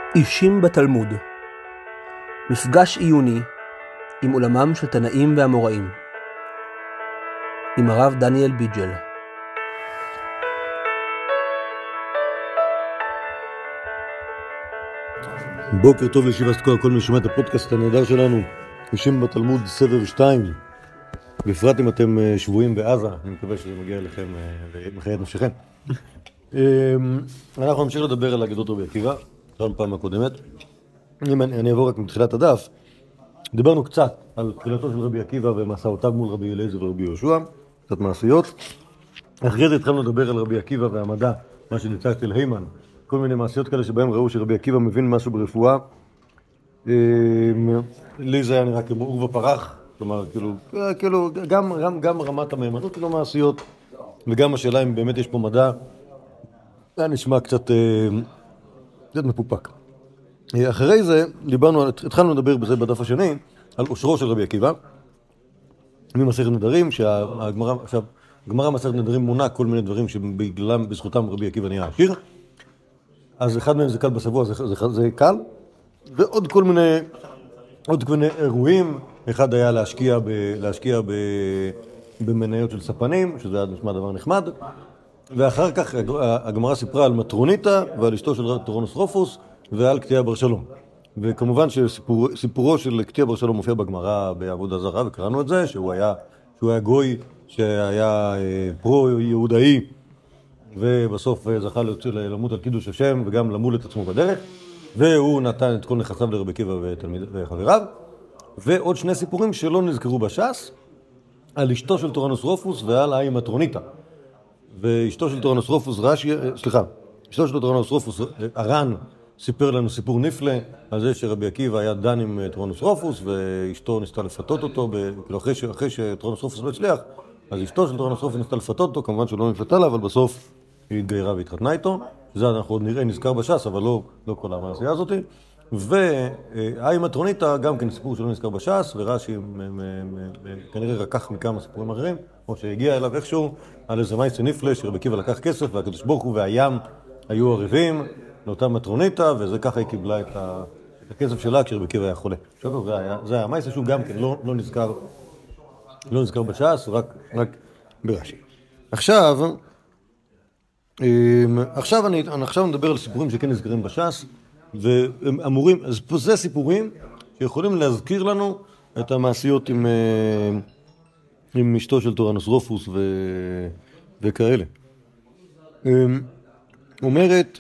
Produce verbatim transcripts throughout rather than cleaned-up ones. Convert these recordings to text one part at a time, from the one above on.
אישים בתלמוד, מפגש עיוני עם עולמם של תנאים ואמוראים, עם הרב דניאל ביג'ל. בוקר טוב לישיבה סקוע, כל מי שומע את הפודקאסט הנהדר שלנו, אישים בתלמוד סבב שתיים, בפרט אם אתם שבויים בעזה, אני מקווה שזה מגיע אליכם ומחיה את נפשכם. אנחנו נמשיך לדבר על אגדות רבי עקיבא, פעם פעם הקודמת. אם אני, אני אעבור רק מתחילת הדף, דיברנו קצת על תחילתו של רבי עקיבא ומסעותיו מול רבי אליעזר ורבי יהושע, קצת מעשיות. אחרי זה התחלנו לדבר על רבי עקיבא והמדע, מה שניצחתי להימן, כל מיני מעשיות כאלה שבהם ראו שרבי עקיבא מבין משהו ברפואה. לי זה היה נראה כמו עור ופרח, כלומר, כאילו, כאילו גם, גם, גם רמת המהימנות שלו מעשיות, וגם השאלה אם באמת יש פה מדע, זה נשמע קצת, קצת מפופק. אחרי זה דיברנו, התחלנו לדבר בזה בדף השני, על אושרו של רבי עקיבא, ממסכת נדרים, שהגמרא, עכשיו, הגמרא מסכת נדרים מונה כל מיני דברים שבגללם, בזכותם רבי עקיבא נהיה עשיר. אז אחד מהם זה קל בשבוע, זה, זה, זה קל, ועוד כל מיני, עוד כל מיני אירועים. אחד היה להשקיע, ב, להשקיע ב, במניות של ספנים, שזה היה נשמע דבר נחמד, ואחר כך הגמרא סיפרה על מטרוניתא ועל אשתו של טורונוס רופוס ועל קטיעה בר שלום. וכמובן שסיפורו של קטיעה בר שלום מופיע בגמרא בעבודה זרה, וקראנו את זה, שהוא היה, שהוא היה גוי שהיה פרו-יהודאי, ובסוף זכה למות על קידוש השם וגם למול את עצמו בדרך, והוא נתן את כל נכסיו לרבי עקיבא וחבריו. ועוד שני סיפורים שלא נזכרו בש"ס, על אשתו של טורונוס רופוס ועל האי מטרוניתא. ואשתו של טורונוס רופוס, רש"י, סליחה, אשתו של טורונוס רופוס, הר"ן, סיפר לנו סיפור נפלא על זה שרבי עקיבא היה דן עם טורונוס רופוס, ואשתו ניסתה לפתות אותו, אחרי, אחרי שטורונוס רופוס לא הצליח, אז אשתו של טורונוס רופוס ניסתה לפתות אותו, כמובן שלא נפתה לה, אבל בסוף היא התגיירה והתחתנה איתו. זה אנחנו עוד נראה נזכר בש"ס, אבל לא, לא כל המעשייה הזאת. והאי מטרוניתא גם כן סיפור שלא נזכר בש"ס, ורש"י כנראה רקח מכמה סיפורים אחרים, או שהגיע אליו איכשהו על איזה מעשה נפלא שרבי עקיבא לקח כסף, והקדוש ברוך הוא והים היו ערבים לאותה מטרוניתא, וזה ככה היא קיבלה את, ה... את הכסף שלה כשרבי עקיבא היה חולה. עכשיו זה היה, זה היה מעשה שהוא גם כן לא, לא נזכר, לא נזכר בש"ס, רק, רק ברש"י. עכשיו, עכשיו אני, עכשיו נדבר על סיפורים שכן נזכרים בש"ס, והם אמורים, אז פה זה סיפורים שיכולים להזכיר לנו את המעשיות עם, עם אשתו של טורונוס רופוס ו, וכאלה. אומרת,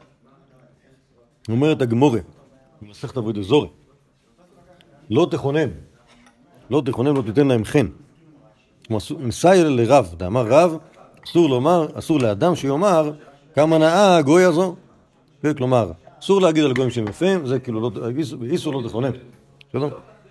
אומרת הגמורה, במסכת עבודה זרה, לא תכונן, לא תכונן, לא תיתן להם חן. מסייע לרב, דאמר רב, אסור לומר, אסור לאדם שיאמר כמה נאה הגוי הזו. כלומר, אסור להגיד על גויים שהם יפים, זה כאילו לא, איסור לא תכונן. בסדר?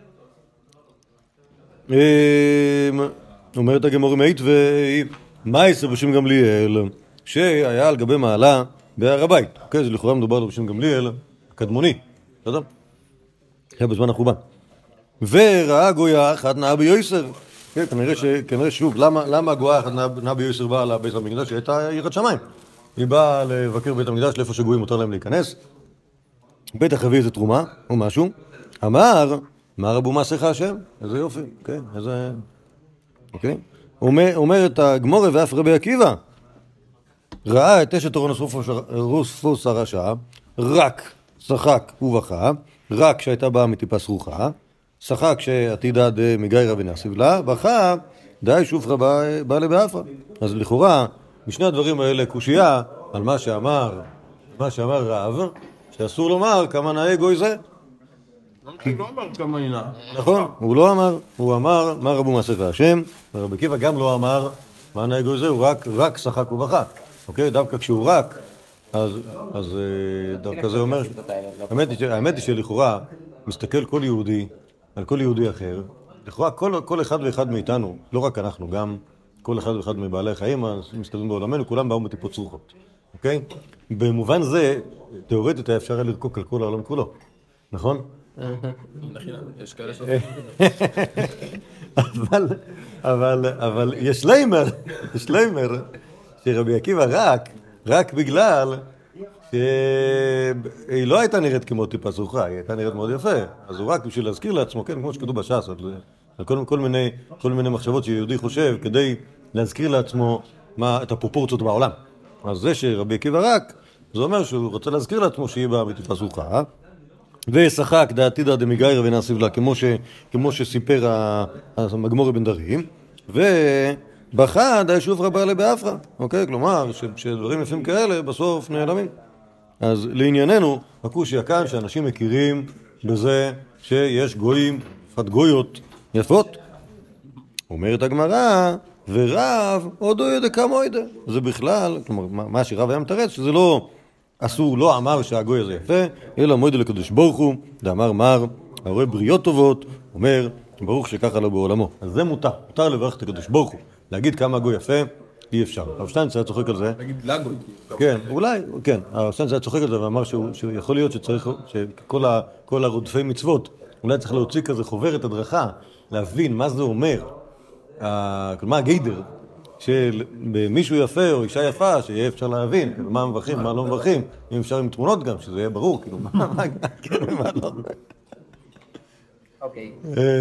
אומרת הגמורה מאית, ומה יעשה בשם גמליאל, שהיה על גבי מעלה בהר הבית. אוקיי, זה לכאורה מדובר בשם גמליאל, הקדמוני. בסדר? היה בזמן החורבן. וראה גויה אחת נאה ביוסר. כן, כנראה, ש, כנראה שוב, למה, למה הגויה אחת נאה ביוסר באה לבית המקדש, שהייתה יראת שמיים. היא באה לבקר בית המקדש, לאיפה שגויים מותר להם להיכנס. בטח הביא איזה תרומה או משהו. אמר, מה רבו מעשיך השם? איזה יופי, כן, איזה... אוקיי? אומר, אומרת הגמורה ואף רבי עקיבא, ראה את אשת טורונוס רופוס הרשע, רק שחק ובכה, רק כשהייתה באה מטיפה סרוחה, שחק כשעתידה מגיירה ונסיב לה, בכה, די שופרה בא לבאפה. אז לכאורה, משני הדברים האלה קושייה על מה שאמר, מה שאמר רב, שאסור לומר כמה נאה גוי זה. הוא לא אמר כמה נאה. נכון, הוא לא אמר, הוא אמר מה רבו מעשיך השם, ורבי עקיבא גם לא אמר מה נאה גוי זה, הוא רק, רק שחק ובכה. אוקיי, דווקא כשהוא רק, אז, אז דווקא זה אומר, האמת היא שלכאורה מסתכל כל יהודי על כל יהודי אחר, לכאורה כל, כל אחד ואחד מאיתנו, לא רק אנחנו, גם כל אחד ואחד מבעלי החיים מסתובבים בעולמנו, כולם באו מטיפות סרוחות, אוקיי? במובן זה, תיאורטית היה אפשר לרקוק על כל העולם כולו, נכון? יש כאלה ש... אבל, אבל, אבל יש ליימר, יש ליימר, שרבי עקיבא רק, רק בגלל שהיא לא הייתה נראית כמו טיפה זוכה, היא הייתה נראית מאוד יפה. אז הוא רק בשביל להזכיר לעצמו, כן, כמו שכתוב בש"ס, על כל, כל מיני, כל מיני מחשבות שיהודי חושב כדי להזכיר לעצמו מה, את הפרופורציות בעולם. אז זה שרבי עקיבא רק, זה אומר שהוא רוצה להזכיר לעצמו שהיא באה מטיפה זוכה, ושחק דעתידא דמגיירא ונאסיב לה, כמו, ש, כמו שסיפר המגמור בן דרים, ובחד היישוב רבה לבאפרא, אוקיי? כלומר, ש, שדברים יפים כאלה בסוף נעלמים. אז לענייננו, הקושי כאן שאנשים מכירים בזה שיש גויים, פת גויות יפות. אומרת הגמרא, ורב עוד לא יודע כמה יודע. זה בכלל, כלומר, מה שרב היה מתרץ, שזה לא אסור, לא אמר שהגוי הזה יפה, אלא מועד לקדוש ברוך הוא, דאמר מר, הרואה בריות טובות, אומר, ברוך שככה לו בעולמו. אז זה מותר, מותר לברך את הקדוש ברוך הוא. להגיד כמה הגוי יפה, אי אפשר. הרב שטיינץ היה צוחק על זה. להגיד לגוי. כן, אולי, כן. הרב שטיינץ היה צוחק על זה ואמר שיכול להיות שצריך, שכל הרודפי מצוות, אולי צריך להוציא כזה חוברת הדרכה, להבין מה זה אומר, כלומר הגיידר, שמישהו יפה או אישה יפה, שיהיה אפשר להבין, מה מברכים, מה לא מברכים, אם אפשר עם תמונות גם, שזה יהיה ברור, כאילו, מה, מה, כן, מה לא. אוקיי.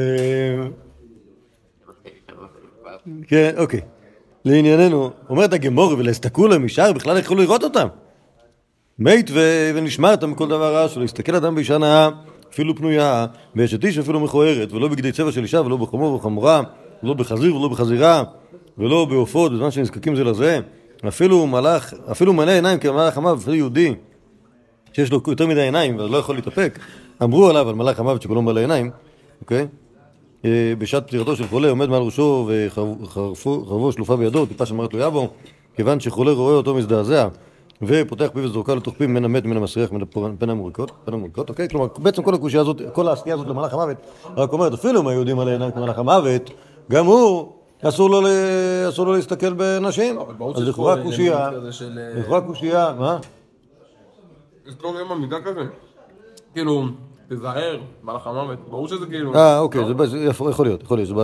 כן, אוקיי. לענייננו, אומרת הגמור, ולהסתכלו להם ישר, בכלל יכולו לראות אותם. מת ונשמרת מכל דבר רע, שלא יסתכל אדם באישה נאה, אפילו פנויה, ואשת איש אפילו מכוערת, ולא בגדי צבע של אישה, ולא בחמור ובחמורה, ולא בחזיר ולא בחזירה, ולא בעופות, בזמן שנזקקים זה לזה. אפילו מלאך, אפילו מלא עיניים כמלאך המוות, אפילו יהודי, שיש לו יותר מדי עיניים, ולא יכול להתאפק, אמרו עליו על מלאך המוות שכולו מלא עיניים, אוקיי? בשעת פטירתו של חולה עומד מעל ראשו וחרבו שלופה בידו, טיפה שמרה תלויה בו, כיוון שחולה רואה אותו מזדעזע, ופותח פיו וזרוקה לתוך פיו מן המת, מן המסריח, מן המוריקות, מן המוריקות, אוקיי? כלומר, בעצם כל הקושיה הזאת, כל העשייה הזאת למלאך המוות, רק אומרת, אפילו מהיהודים מלא עיניים כמלאך המוות, גם הוא, אסור לו, אסור לו להסתכל בנשים. אז לכאורה קושיה, לכאורה קושיה, מה? יש לו גם עמידה כזה. כאילו, תזהר, מלאך המוות, ברור שזה כאילו... אה, אוקיי, זה יכול להיות, יכול להיות, זה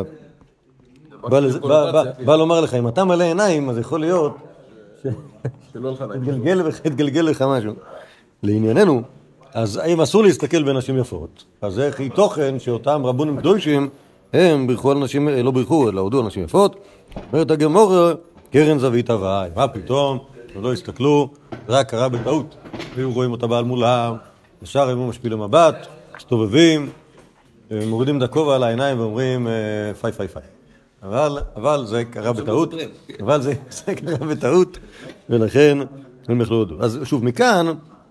בא לומר לך, אם אתה מלא עיניים, אז יכול להיות שתגלגל לך משהו. לענייננו, אז אם אסור להסתכל בנשים יפות, אז איך היא תוכן שאותם רבונים קדושים, הם ברכו על נשים, לא ברכו, אלא הודו על נשים יפות. אומרת הגמור, קרן זווית הוואי. מה פתאום? הם לא הסתכלו, רק קרה בטעות. היו רואים אותה בעל מולם, ישר הם משפיל למבט, מסתובבים, מורידים דקובה על העיניים ואומרים פי פי פי. אבל, אבל זה קרה בטעות, אבל זה, זה קרה בטעות, ולכן הם יכלו הודו. אז שוב, מכאן,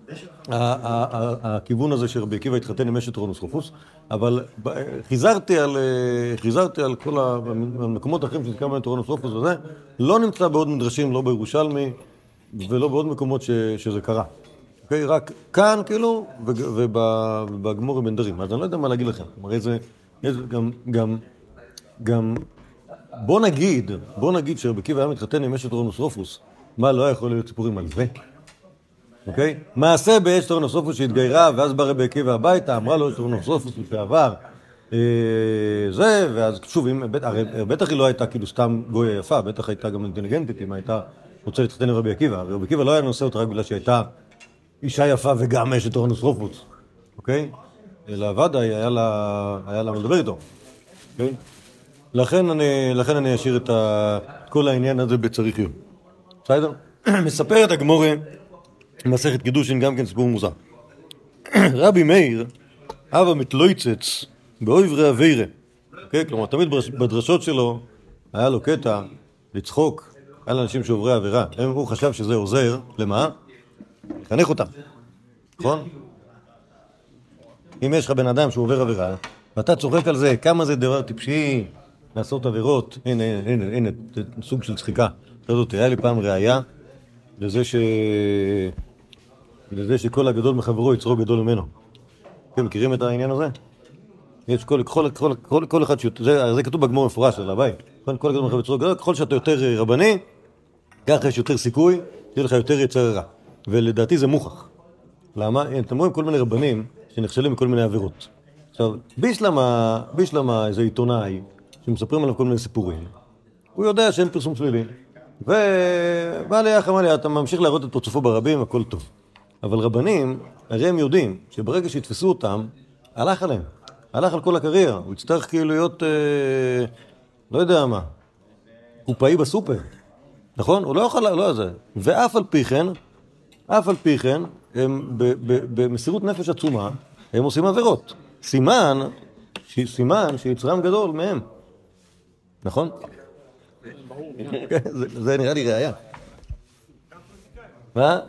הכיוון הזה שרבי עקיבא התחתן עם אשת אורנוס רופוס, אבל חיזרתי על, חיזרתי על כל המקומות האחרים שנזכר בהם את אורנוס רופוס וזה, לא נמצא בעוד מדרשים, לא בירושלמי, ולא בעוד מקומות ש, שזה קרה. אוקיי? רק כאן, כאילו, ובגמור בן דרים. אז אני לא יודע מה להגיד לכם. כלומר, איזה, איזה, גם, גם, גם, בוא נגיד, בוא נגיד שרבי עקיבא היה מתחתן עם אשת אורנוס רופוס, מה לא יכול להיות סיפורים על זה? אוקיי? מעשה באשת אורנוס רופוס שהתגיירה, ואז בא רבי עקיבא הביתה, אמרה לו אשת אורנוס רופוס לשעבר, זה, ואז שוב, הרי בטח היא לא הייתה כאילו סתם גויה יפה, בטח הייתה גם אינטליגנטית, אם הייתה רוצה להתחתן עם רבי עקיבא. רבי עקיבא לא היה נושא אותה רק בגלל שהייתה אישה יפה וגם אשת אורנוס רופוס, אוקיי? אלא ודאי היה לה, היה לה מדבר איתו, אוקיי? לכן אני, לכן אני אשאיר את כל העניין הזה בצריך יום. בסדר? מספר את הגמורה, מסכת קידושין, גם כן סיפור מוזר. רבי מאיר, אבא מתלויצץ באויברי אבירה. אוקיי? כלומר, תמיד בדרשות שלו היה לו קטע לצחוק על אנשים שעוברי עבירה. הוא חשב שזה עוזר, למה? לחנך אותם. נכון? אם יש לך בן אדם שעובר עבירה, ואתה צוחק על זה, כמה זה דבר טיפשי לעשות עבירות, הנה, הנה, הנה, הנה, סוג של צחיקה. זאת, היה לי פעם ראייה לזה ש... לזה שכל הגדול מחברו יצרו גדול ממנו. אתם מכירים את העניין הזה? יש כל, כל, כל, כל, כל אחד שיותר, זה, זה כתוב בגמור מפורש של הבית. כל, כל הגדול מחברו יצרו גדול, ככל שאתה יותר רבני, ככה יש יותר סיכוי, תהיה לך יותר יצר רע. ולדעתי זה מוכח. למה? אתם רואים כל מיני רבנים שנכשלים מכל מיני עבירות. עכשיו, בישלמה, בישלמה איזה עיתונאי שמספרים עליו כל מיני סיפורים. הוא יודע שאין פרסום שלילי. ובא ליח אמר לי, אתה ממשיך להראות את פרצופו ברבים, הכל טוב. אבל רבנים, הרי הם יודעים שברגע שיתפסו אותם, הלך עליהם. הלך על כל הקריירה. הוא יצטרך כאילו להיות, אה, לא יודע מה, הוא פעי בסופר. נכון? הוא לא יכול, לא זה. ואף על פי כן, אף על פי כן, הם במסירות נפש עצומה, הם עושים עבירות. סימן, סימן שיצרם גדול מהם. נכון? זה, זה נראה לי ראייה. מה?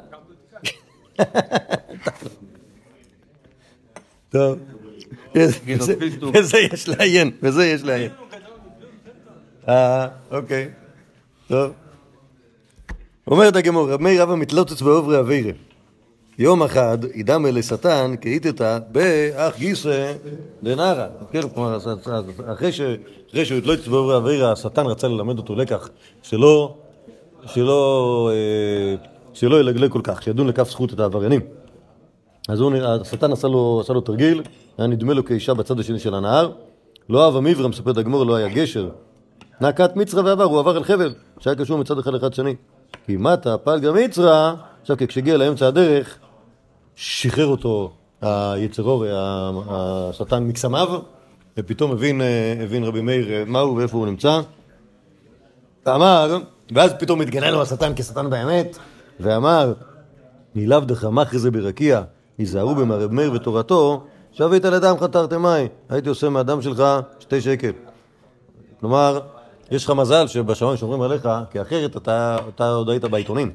טוב. וזה יש לעיין, וזה יש לעיין. אה, אוקיי. טוב. אומרת הגמור, רב מאיר רבא מתלוצץ בעוברי אבירה. יום אחד ידמה לשטן כאיתתה באח גיסא דנערא. כן, כלומר, אחרי שהוא התלוצץ בעוברי אבירה, השטן רצה ללמד אותו לקח שלא, שלא, שלא ילגלג כל כך, שידון לכף זכות את העבריינים. אז השטן עשה לו, עשה לו תרגיל, היה נדמה לו כאישה בצד השני של הנהר, לא אהב המברא, מספר הגמור, לא היה גשר. נקט מצרא ועבר, הוא עבר על חבל, שהיה קשור מצד אחד לאחד שני. כי מטה פלגה מצרא, עכשיו כשהגיע לאמצע הדרך, שחרר אותו היצר אור, השטן מקסמיו, ופתאום הבין, הבין רבי מאיר מהו ואיפה הוא נמצא. ואמר, ואז פתאום התגלה לו השטן כשטן באמת, ואמר, נילב דחמך זה ברקיע, היזהרו במרב מאיר ותורתו, שבית על אדם חתרתם מאי, הייתי עושה מהדם שלך שתי שקל. כלומר, יש לך מזל שבשמיים שומרים עליך, כי אחרת אתה, אתה עוד היית בעיתונים.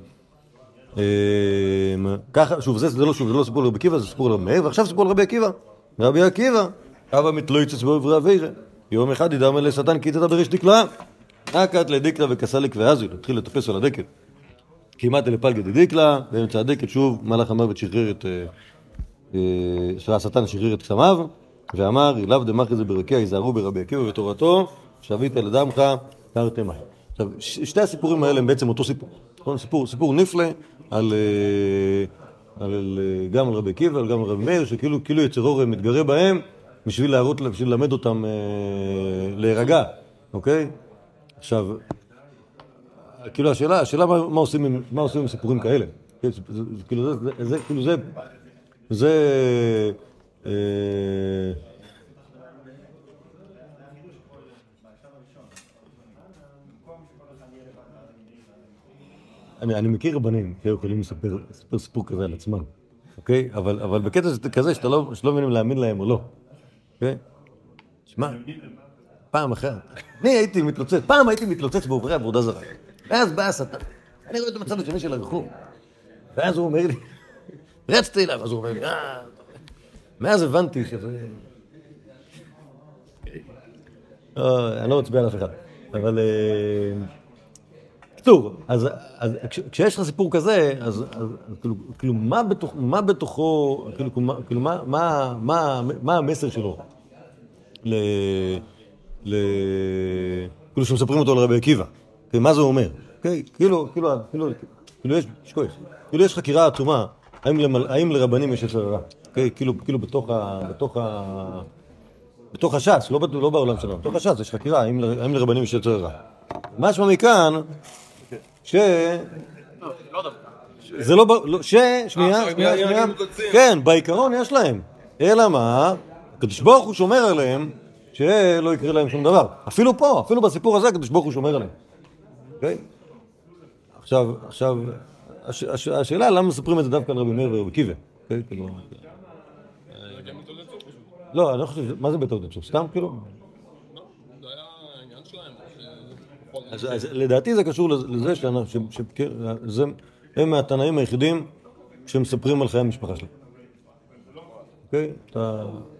ככה, שוב, זה, זה לא, שוב, זה לא סיפור לרבי עקיבא, זה סיפור לרבי מאיר, ועכשיו סיפור לרבי עקיבא. רבי עקיבא, אבא מתלוצץ בעוברי אבירה. יום אחד ידמה לשטן כי איתתה בריש דקלה. נקט לדקלה וכסליק ואזיל, התחיל לטפס על הדקל. כמעט לפלגה דדקלה, באמצע הדקל שוב מלאך המוות שחרר את, שהשטן שחרר את קסמיו, ואמר, אליו דמחי זה ברקיע, היזהרו ברבי עקיבא ותורתו, שבית על אדמך, תרתם מאי. עכשיו, שתי הסיפורים האלה הם בעצם אותו סיפור. סיפור, סיפור נפלא על, על, גם על רבי עקיבא, גם על רבי מאיר, שכאילו כאילו יצר אור מתגרה בהם, בשביל להראות, בשביל ללמד אותם להירגע, אוקיי? עכשיו, כאילו השאלה, השאלה מה, מה עושים עם, מה עושים עם סיפורים כאלה? כאילו זה, זה, זה, כאילו זה, זה, אה, אני, אני מכיר רבנים שיכולים לספר, לספר סיפור כזה על עצמם, אוקיי? אבל, אבל בקטע כזה שאתה לא, שלא מבינים להאמין להם או לא, אוקיי? שמע, פעם אחת, אני הייתי מתלוצץ, פעם הייתי מתלוצץ בעוברי עבודה זרה. ואז בא השטן, אני רואה את המצב השני של הרחוב, ואז הוא אומר לי, רצתי אליו, אז הוא אומר לי, אה... מאז הבנתי שזה... אני לא מצביע על אף אחד, אבל... קצור, אז כשיש לך סיפור כזה, אז כאילו, מה בתוכו, כאילו, מה המסר שלו? כאילו שמספרים אותו על רבי עקיבא, מה זה אומר? כאילו, כאילו, כאילו, כאילו יש, שכוח, כאילו יש חקירה עצומה, האם לרבנים יש יצר הרע? כאילו, כאילו בתוך ה... בתוך ה... בתוך הש"ס, לא בעולם שלנו, בתוך הש"ס יש חקירה, האם לרבנים יש יצר הרע? משמע מכאן, ש... זה לא... ש... שנייה, שנייה, שנייה, כן, בעיקרון יש להם, אלא מה? הקדוש ברוך הוא שומר עליהם, שלא יקרה להם שום דבר. אפילו פה, אפילו בסיפור הזה, הקדוש ברוך הוא שומר עליהם. אוקיי? עכשיו, עכשיו, השאלה למה מספרים את זה דווקא על רבי מאיר ורבי עקיבא? לא, אני לא חושב, מה זה בתור דצור? סתם כאילו? לא, זה היה העניין שלהם. אז לדעתי זה קשור לזה שהם מהתנאים היחידים שמספרים על חיי המשפחה שלהם. אוקיי? אתה...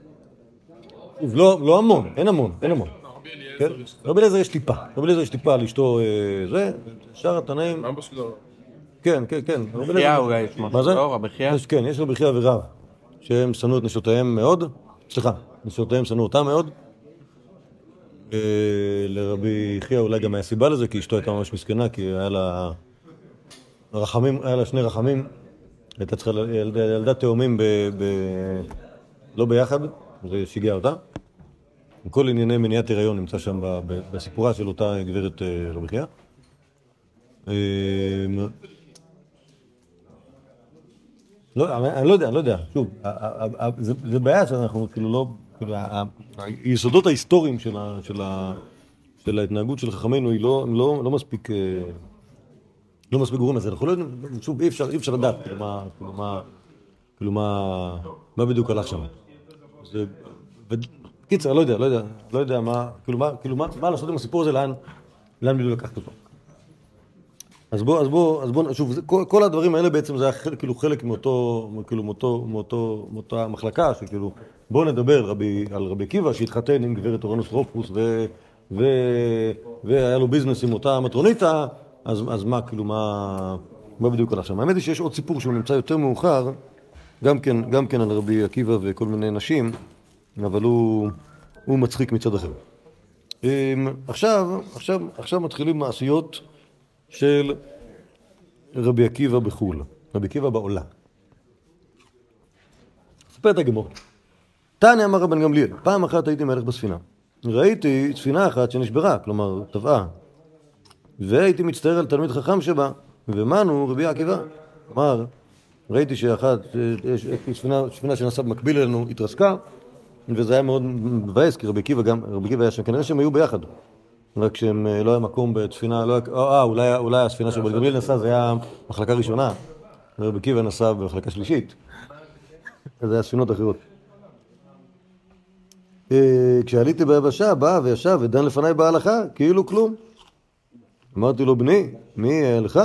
לא המון, אין המון, אין המון. רבי אליעזר יש טיפה, רבי אליעזר יש טיפה על אשתו זה, שאר התנאים... אבא שלו. כן, כן, כן. רבי חייא אולי יש משהו, לא? רבי חייא? כן, יש רבי חייא ורב, שהם שנאו את נשותיהם מאוד, סליחה, נשותיהם שנאו אותם מאוד. לרבי חייא אולי גם היה סיבה לזה, כי אשתו הייתה ממש מסכנה, כי היה לה רחמים, היה לה שני רחמים, הייתה צריכה ילדה תאומים לא ביחד, זה שיגע אותה. כל ענייני מניעת הריון נמצא שם בסיפורה של אותה גברת רבי חייא. לא, אני לא יודע, אני לא יודע. שוב, זה בעיה שאנחנו כאילו לא... היסודות ההיסטוריים של ההתנהגות של חכמינו היא לא מספיק... לא מספיק גרועים לזה. אנחנו לא יודעים, שוב, אי אפשר לדעת, כאילו מה... מה בדיוק הלך שם. קיצר, לא יודע, לא יודע, לא יודע מה... כאילו מה לעשות עם הסיפור הזה, לאן בדיוק לקחת אותו. אז בוא, אז בוא, אז בוא, שוב, כל, כל הדברים האלה בעצם זה היה חלק, כאילו חלק מאותו, כאילו מאותו, מאותו, מאותה מחלקה, שכאילו, בוא נדבר רבי, על רבי עקיבא שהתחתן עם גברת אורנוס רופוס ו, ו, והיה לו ביזנס עם אותה מטרוניתה, אז, אז מה, כאילו, מה, מה בדיוק הלך שם? האמת היא שיש עוד סיפור שהוא נמצא יותר מאוחר, גם כן, גם כן על רבי עקיבא וכל מיני נשים, אבל הוא, הוא מצחיק מצד אחר. עכשיו, עכשיו, עכשיו מתחילים מעשיות של רבי עקיבא בחו"ל, רבי עקיבא בעולה. ספר את הגמור. תניא אמר רבן גמליאל, פעם אחת הייתי מלך בספינה. ראיתי ספינה אחת שנשברה, כלומר טבעה, והייתי מצטער על תלמיד חכם שבה, ומנו רבי עקיבא. כלומר, ראיתי שאחת, ספינה, ספינה שנסעה במקביל אלינו התרסקה, וזה היה מאוד מבאס, כי רבי עקיבא גם, רבי עקיבא היה שם, כנראה שהם היו ביחד. רק שהם לא היה מקום בספינה, לא היה, אה, אולי, אולי הספינה של רבי גמליאל נסע, זה היה מחלקה ראשונה, ורבי עקיבא נסע במחלקה שלישית. אז זה היה ספינות אחרות. כשעליתי ביבשה, בא וישב ודן לפניי בהלכה, כאילו כלום. אמרתי לו, בני, מי לך?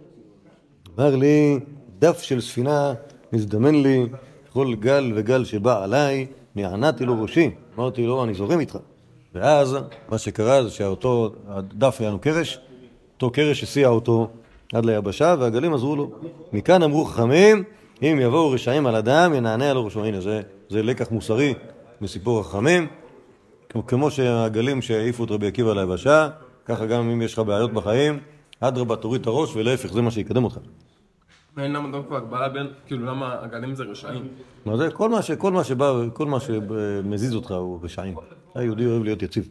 אמר לי, דף של ספינה נזדמן לי, כל גל וגל שבא עליי, נענעתי לו ראשי. אמרתי לו, אני זורם איתך. ואז מה שקרה זה שאותו הדף היה לנו קרש, אותו קרש הסיע אותו עד ליבשה והגלים עזרו לו. מכאן אמרו חכמים, אם יבואו רשעים על אדם ינענע לו ראשו. הנה, זה, זה לקח מוסרי מסיפור החכמים. כמו שהגלים שהעיפו את רבי עקיבא ליבשה, ככה גם אם יש לך בעיות בחיים, אדרבה תוריד את הראש ולהפך, זה מה שיקדם אותך. אין למה דווקא הגבלה בין, כאילו למה הגלים זה רשעים? מה זה? כל מה, ש, כל מה שבא, כל מה שמזיז אותך הוא רשעים. היהודי אוהב להיות יציב.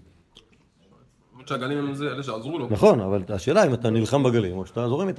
זאת שהגלים הם זה, אלה שעזרו לו. נכון, אבל השאלה אם אתה נלחם בגלים או שאתה זורם איתה.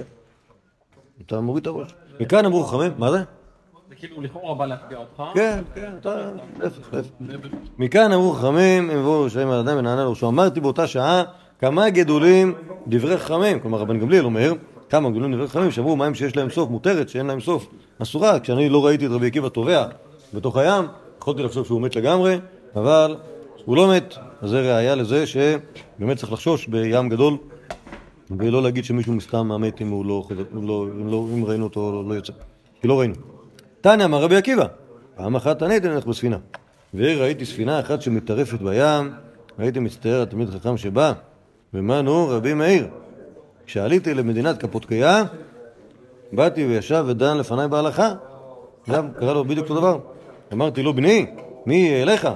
אתה מוריד את הראש. מכאן אמרו חכמים, מה זה? זה כאילו לכאורה בא להקביע אותך. כן, כן, אתה... להפך, להפך. מכאן אמרו חכמים, הם יבואו רשעים על אדם ונענה לו ראשו. אמרתי באותה שעה כמה גדולים דברי חכמים. כלומר, רבן גמליאל אומר, כמה גדולים דברי חכמים שאמרו מים שיש להם סוף מותרת, שאין להם סוף אסורה. כשאני לא ראיתי את רבי עקיבא טובע בתוך הים, יכולתי לחשוב שהוא מת לגמרי, אבל הוא לא מת. אז זה ראיה לזה שבאמת צריך לחשוש בים גדול, ולא להגיד שמישהו מסתם המת אם הוא לא, אם לא, אם לא, אם ראינו אותו לא יוצא. כי לא ראינו. תניא אמר רבי עקיבא, פעם אחת אני הייתי נלך בספינה, וראיתי ספינה אחת שמטרפת בים, ראיתי מצטער על תלמיד חכם שבא, ומנו רבי מאיר. כשעליתי למדינת קפודקיה, באתי וישב ודן לפניי בהלכה. גם קרא לו בדיוק אותו דבר. אמרתי לו, בני, מי אליך?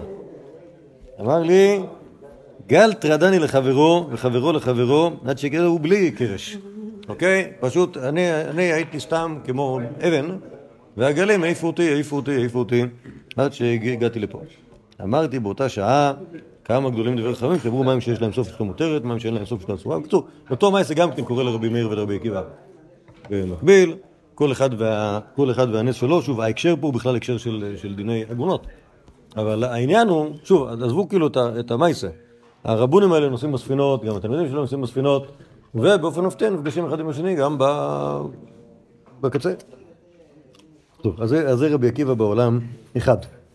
אמר לי, גל טרדני לחברו וחברו לחברו, עד שגר הוא בלי קרש. אוקיי? פשוט אני, אני הייתי סתם כמו אבן, והגלים העיפו אותי, העיפו אותי, העיפו אותי, עד שהגעתי לפה. אמרתי באותה שעה, כמה גדולים דברי חכמים, שאמרו מים שיש להם סוף שלא מותרת, מים שאין להם סוף שלא אסורה. בקיצור, אותו מעשה גם כן קורא לרבי מאיר ולרבי עקיבא. במקביל, כל אחד, וה, כל אחד והנס שלו, שוב, ההקשר פה הוא בכלל הקשר של, של דיני עגונות. אבל העניין הוא, שוב, עזבו כאילו את, את המעשה. הרבונים האלה נוסעים בספינות, גם התלמידים שלהם נוסעים בספינות, ובאופן מפתיע נפגשים אחד עם השני גם ב... בקצה. טוב, אז זה, אז זה רבי עקיבא בעולם אחד.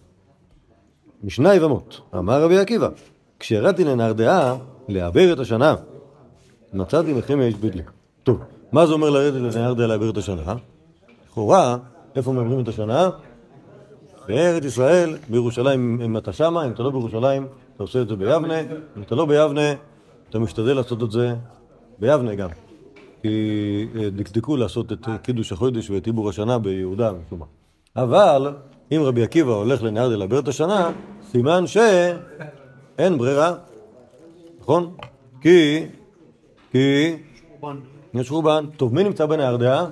משנה יבמות, אמר רבי עקיבא, כשירדתי לנהרדעה לעבר את השנה, מצאתי מחמיה איש בידלי. טוב, מה זה אומר לרדת לנהרדעה לעבר את השנה? לכאורה, איפה מעברים את השנה? בארץ ישראל, בירושלים, אם אתה שמה, אם אתה לא בירושלים, אתה עושה את זה ביבנה, אם אתה לא ביבנה, אתה משתדל לעשות את זה ביבנה גם. כי דקדקו לעשות את קידוש החודש ואת עיבור השנה ביהודה משום מה. אבל אם רבי עקיבא הולך לנהרדעה לעבר את השנה, סימן שאין ברירה, נכון? כי, כי, יש חורבן. טוב, מי נמצא בנהרדעה?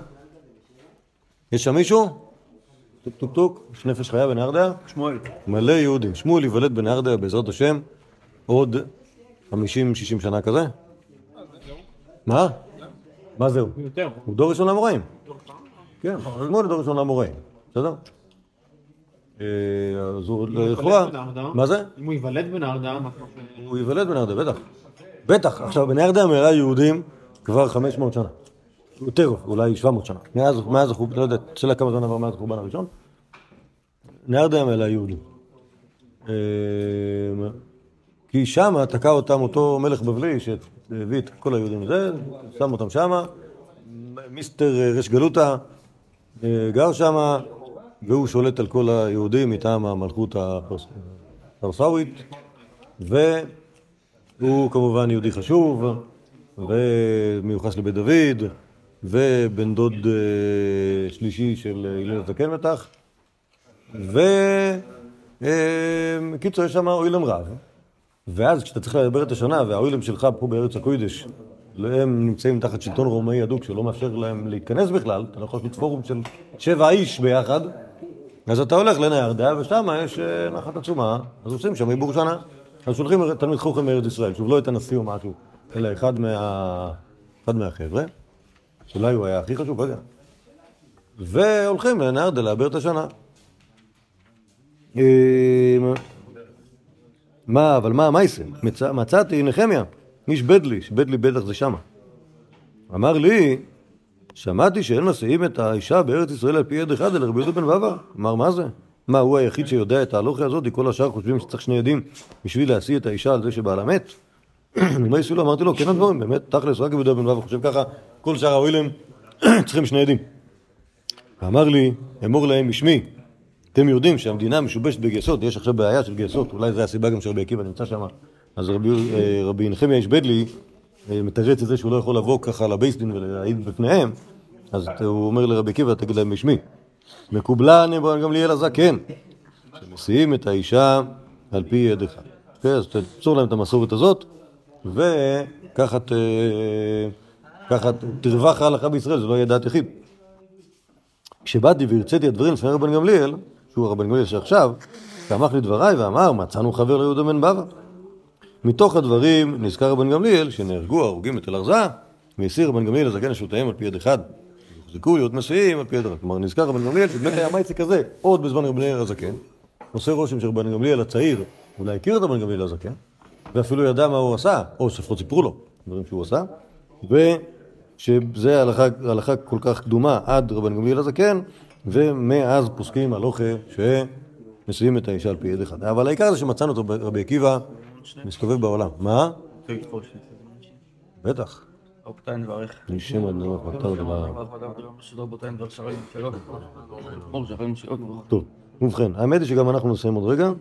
יש שם מישהו? טוק טוק טוק, יש נפש חיה בנהרדעה? שמואל. מלא יהודים. שמואל ייוולד בנהרדעה בעזרת השם עוד חמישים שישים שנה כזה. מה? מה זהו? יותר. הוא דור ראשון לאמוראים. כן, שמואל דור ראשון לאמוראים. בסדר? אז הוא לכאורה... מה זה? אם הוא ייוולד בנהרדה, הוא ייוולד בנהרדה, בטח. בטח. עכשיו, בנהרדה מלאה יהודים כבר חמש מאות שנה. יותר, אולי שבע מאות שנה. מאז החורבן, לא יודע, שאלה כמה זמן עבר מאז החורבן הראשון. נהרדה מלאה יהודים. כי שמה תקע אותם אותו מלך בבלי שהביא את כל היהודים לזה, שם אותם שמה, מיסטר רש גלותה גר שמה, והוא שולט על כל היהודים מטעם המלכות הפרסאווית, והוא כמובן יהודי חשוב, ומיוחס לבית דוד, ובן דוד שלישי של הלל הזקן בטח, וקיצור יש שם אוילם רב. ואז כשאתה צריך לדבר את השנה, והאוילם שלך פה בארץ הקודש, הם נמצאים תחת שלטון רומאי הדוק שלא מאפשר להם להיכנס בכלל, אתה לא יכול לעשות פורום של שבע איש ביחד, אז אתה הולך לנהרדה, ושם יש נחת עצומה, אז עושים שם עיבור שנה. אז שולחים תלמיד חוכם מארץ ישראל, שוב לא את הנשיא או משהו, אלא אחד מה... אחד מהחבר'ה, שאולי הוא היה הכי חשוב, לא יודע. והולכים לנהרדה לעבר את השנה. מה, אבל מה, מה יעשה? מצא, מצאתי נחמיה, איש בדלי, שבדלי בטח זה שמה. אמר לי, שמעתי שאין מסיעים את האישה בארץ ישראל על פי יד אחד, אלא רבי יהודה בן בבא. אמר, מה זה? מה, הוא היחיד שיודע את ההלוכה הזאת? כל השאר חושבים שצריך שני עדים בשביל להשיא את האישה על זה שבעלה מת? מה יעשו לו? אמרתי לו, כן הדברים, באמת, תכלס, רק רבי יהודה בן בבא חושב ככה, כל שאר האוילם צריכים שני עדים. אמר לי, אמור להם משמי, אתם יודעים שהמדינה משובשת בגייסות, יש עכשיו בעיה של גייסות, אולי זה הסיבה גם שרבי עקיבא נמצא שם. אז רבי, רבי נחמיה איש בדלי מתרץ את זה שהוא לא יכול לבוא ככה לבייס דין ולהעיד בפניהם, אז הוא אומר לרבי עקיבא, תגיד להם בשמי. מקובלה נברן גמליאל הזקן, שמסיעים את האישה על פי יד אחד. אז תצור להם את המסורת הזאת, וככה תרווח ההלכה בישראל, זה לא יהיה דעת יחיד. כשבאתי והרציתי הדברים לפני רבן גמליאל, שהוא הרבן גמליאל שעכשיו, תמך לי דבריי ואמר, מצאנו חבר ליהודה בן בבא. מתוך הדברים נזכר רבן גמליאל שנהרגו ההרוגים בתל ארזה, והסיר רבן גמליאל הזקן לשותיהם על פי יד אחד. הוחזקו להיות מסיעים על פי יד אחד. כלומר, נזכר רבן גמליאל שבאמת היה מייצי כזה, עוד בזמן רבן גמליאל הזקן. עושה רושם שרבן גמליאל הצעיר, אולי הכיר את רבן גמליאל הזקן, ואפילו ידע מה הוא עשה, או שפחות סיפרו לו דברים שהוא עשה, ושזה הלכה, הלכה כל כך קדומה עד רבן גמליאל הזקן, ומאז פוסקים הלוכה שמסיעים את האישה על פי יד אחד. אבל העיקר זה שמצאנו אותו רבי עקיבא מסתובב בעולם. מה? בטח. אוקטיין וערך. נשם עד נוח, מטר דבר. טוב, ובכן, האמת היא שגם אנחנו נסיים עוד רגע.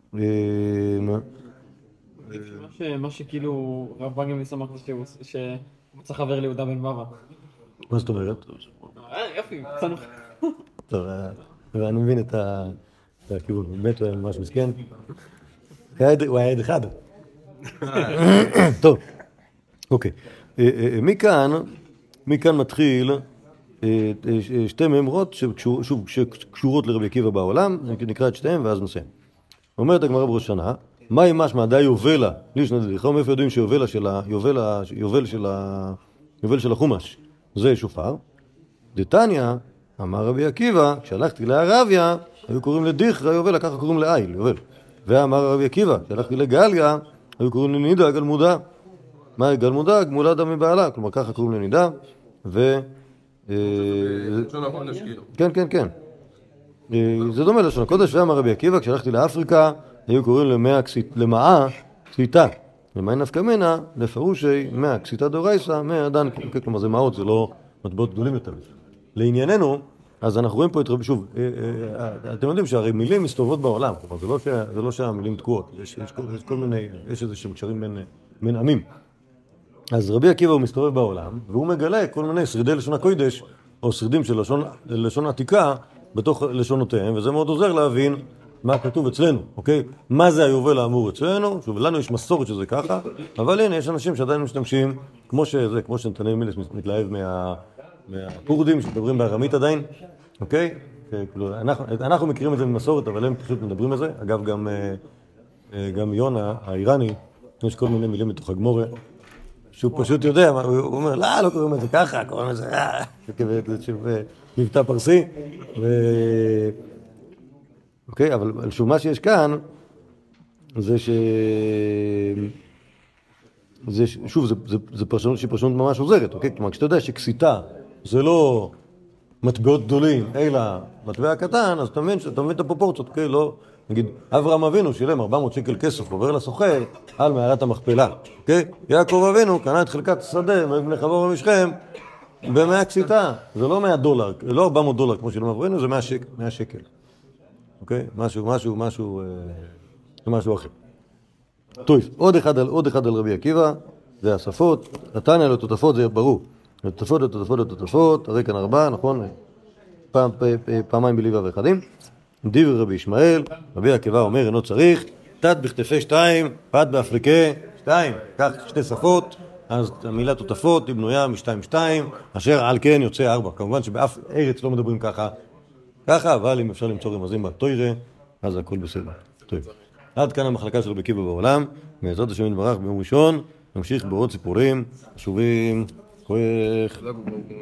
מה שכאילו רב בנגמליאל שמח זה שהוא מצא חבר ליהודה בן בבא. מה זאת אומרת? יופי, מצאנו. טוב, אני מבין את הכיוון, באמת הוא היה ממש מסכן. הוא היה עד אחד. טוב, אוקיי. מכאן, מכאן מתחיל שתי מאמרות שקשורות לרבי עקיבא בעולם, נקרא את שתיהם ואז נסיים. אומרת הגמרא בראש השנה, מהי משמע די יובלה, לישנא דדיחא, מאיפה יודעים שיובלה של ה... יובל של ה... יובל של החומש, זה שופר. דתניא, אמר רבי עקיבא, כשהלכתי לערביה, היו קוראים לדיחרא יובל, ככה קוראים לעיל, יובל. ואמר רבי עקיבא, כשהלכתי לגליה, היו קוראים לנידה גלמודה. מהי גלמודה? גמולה דם מבעלה, כלומר ככה קוראים לנידה, ו... כן, כן, כן. זה דומה לשון הקודש, ואמר רבי עקיבא, כשהלכתי לאפריקה, היו קוראים למאה קסיטה. למאי נפקא מינה, לפרושי מאה קסיטה דאורייסא, מאה דן, כלומר זה מאות, זה לא מטבעות גדולים יותר. לענייננו, אז אנחנו רואים פה את רבי, שוב, אתם יודעים שהרי מילים מסתובבות בעולם, כלומר זה לא שהמילים תקועות, יש כל מיני, יש איזה שהם קשרים בין עמים. אז רבי עקיבא הוא מסתובב בעולם, והוא מגלה כל מיני שרידי לשון הקודש, או שרידים של לשון, לשון עתיקה, בתוך לשונותיהם, וזה מאוד עוזר להבין מה כתוב אצלנו, אוקיי? מה זה היובל האמור אצלנו? שוב, לנו יש מסורת שזה ככה, אבל הנה, יש אנשים שעדיין משתמשים, כמו שזה, כמו שנתנאל מילס מתלהב מה, מהכורדים, שמדברים בארמית עדיין, אוקיי? אנחנו, אנחנו מכירים את זה ממסורת, אבל הם פשוט מדברים על זה. אגב, גם, גם יונה, האיראני, יש כל מיני מילים מתוך הגמורה, שהוא פשוט יודע, הוא אומר, לא, לא קוראים את זה ככה, קוראים את זה, אה, שוב מבטא פרסי. אוקיי, אבל שוב, מה שיש כאן, זה ש... זה, שוב, זה, זה, זה פרשנות שהיא פרשנות ממש עוזרת, אוקיי? כלומר, כשאתה יודע שכסיתה זה לא מטבעות גדולים, אלא מטבע קטן, אז אתה מבין, אתה מבין את הפרופורציות, אוקיי? לא, נגיד, אברהם אבינו שילם ארבע מאות שקל כסף, עובר לסוחר על מערת המכפלה, אוקיי? יעקב אבינו קנה את חלקת השדה מבני חבור ומשכם במאה כסיתה, זה לא מאה דולר, לא ארבע מאות דולר כמו שילם אברהם, זה מאה שקל, אוקיי? משהו, משהו, משהו, משהו אחר. טוב, עוד אחד על, עוד אחד על רבי עקיבא, זה השפות, נתניה לתותפות, זה ברור. לתותפות, לתותפות, לתותפות, הרי כאן ארבעה, נכון? פעם, פ, פ, פעמיים בליבה ואחדים. דיבר רבי ישמעאל, רבי עקיבא אומר, אינו צריך, תת בכתפי שתיים, פת באפריקה, שתיים, כך שתי שפות, אז המילה תותפות היא בנויה משתיים שתיים, אשר על כן יוצא ארבע. כמובן שבאף ארץ לא מדברים ככה, ככה, אבל אם אפשר למצוא רמזים בתוירה, אז הכל בסדר. טוב. עד כאן המחלקה של רבי עקיבא בעולם, בעזרת השם יתברך ביום ראשון, נמשיך בעוד סיפורים חשובים. כוח.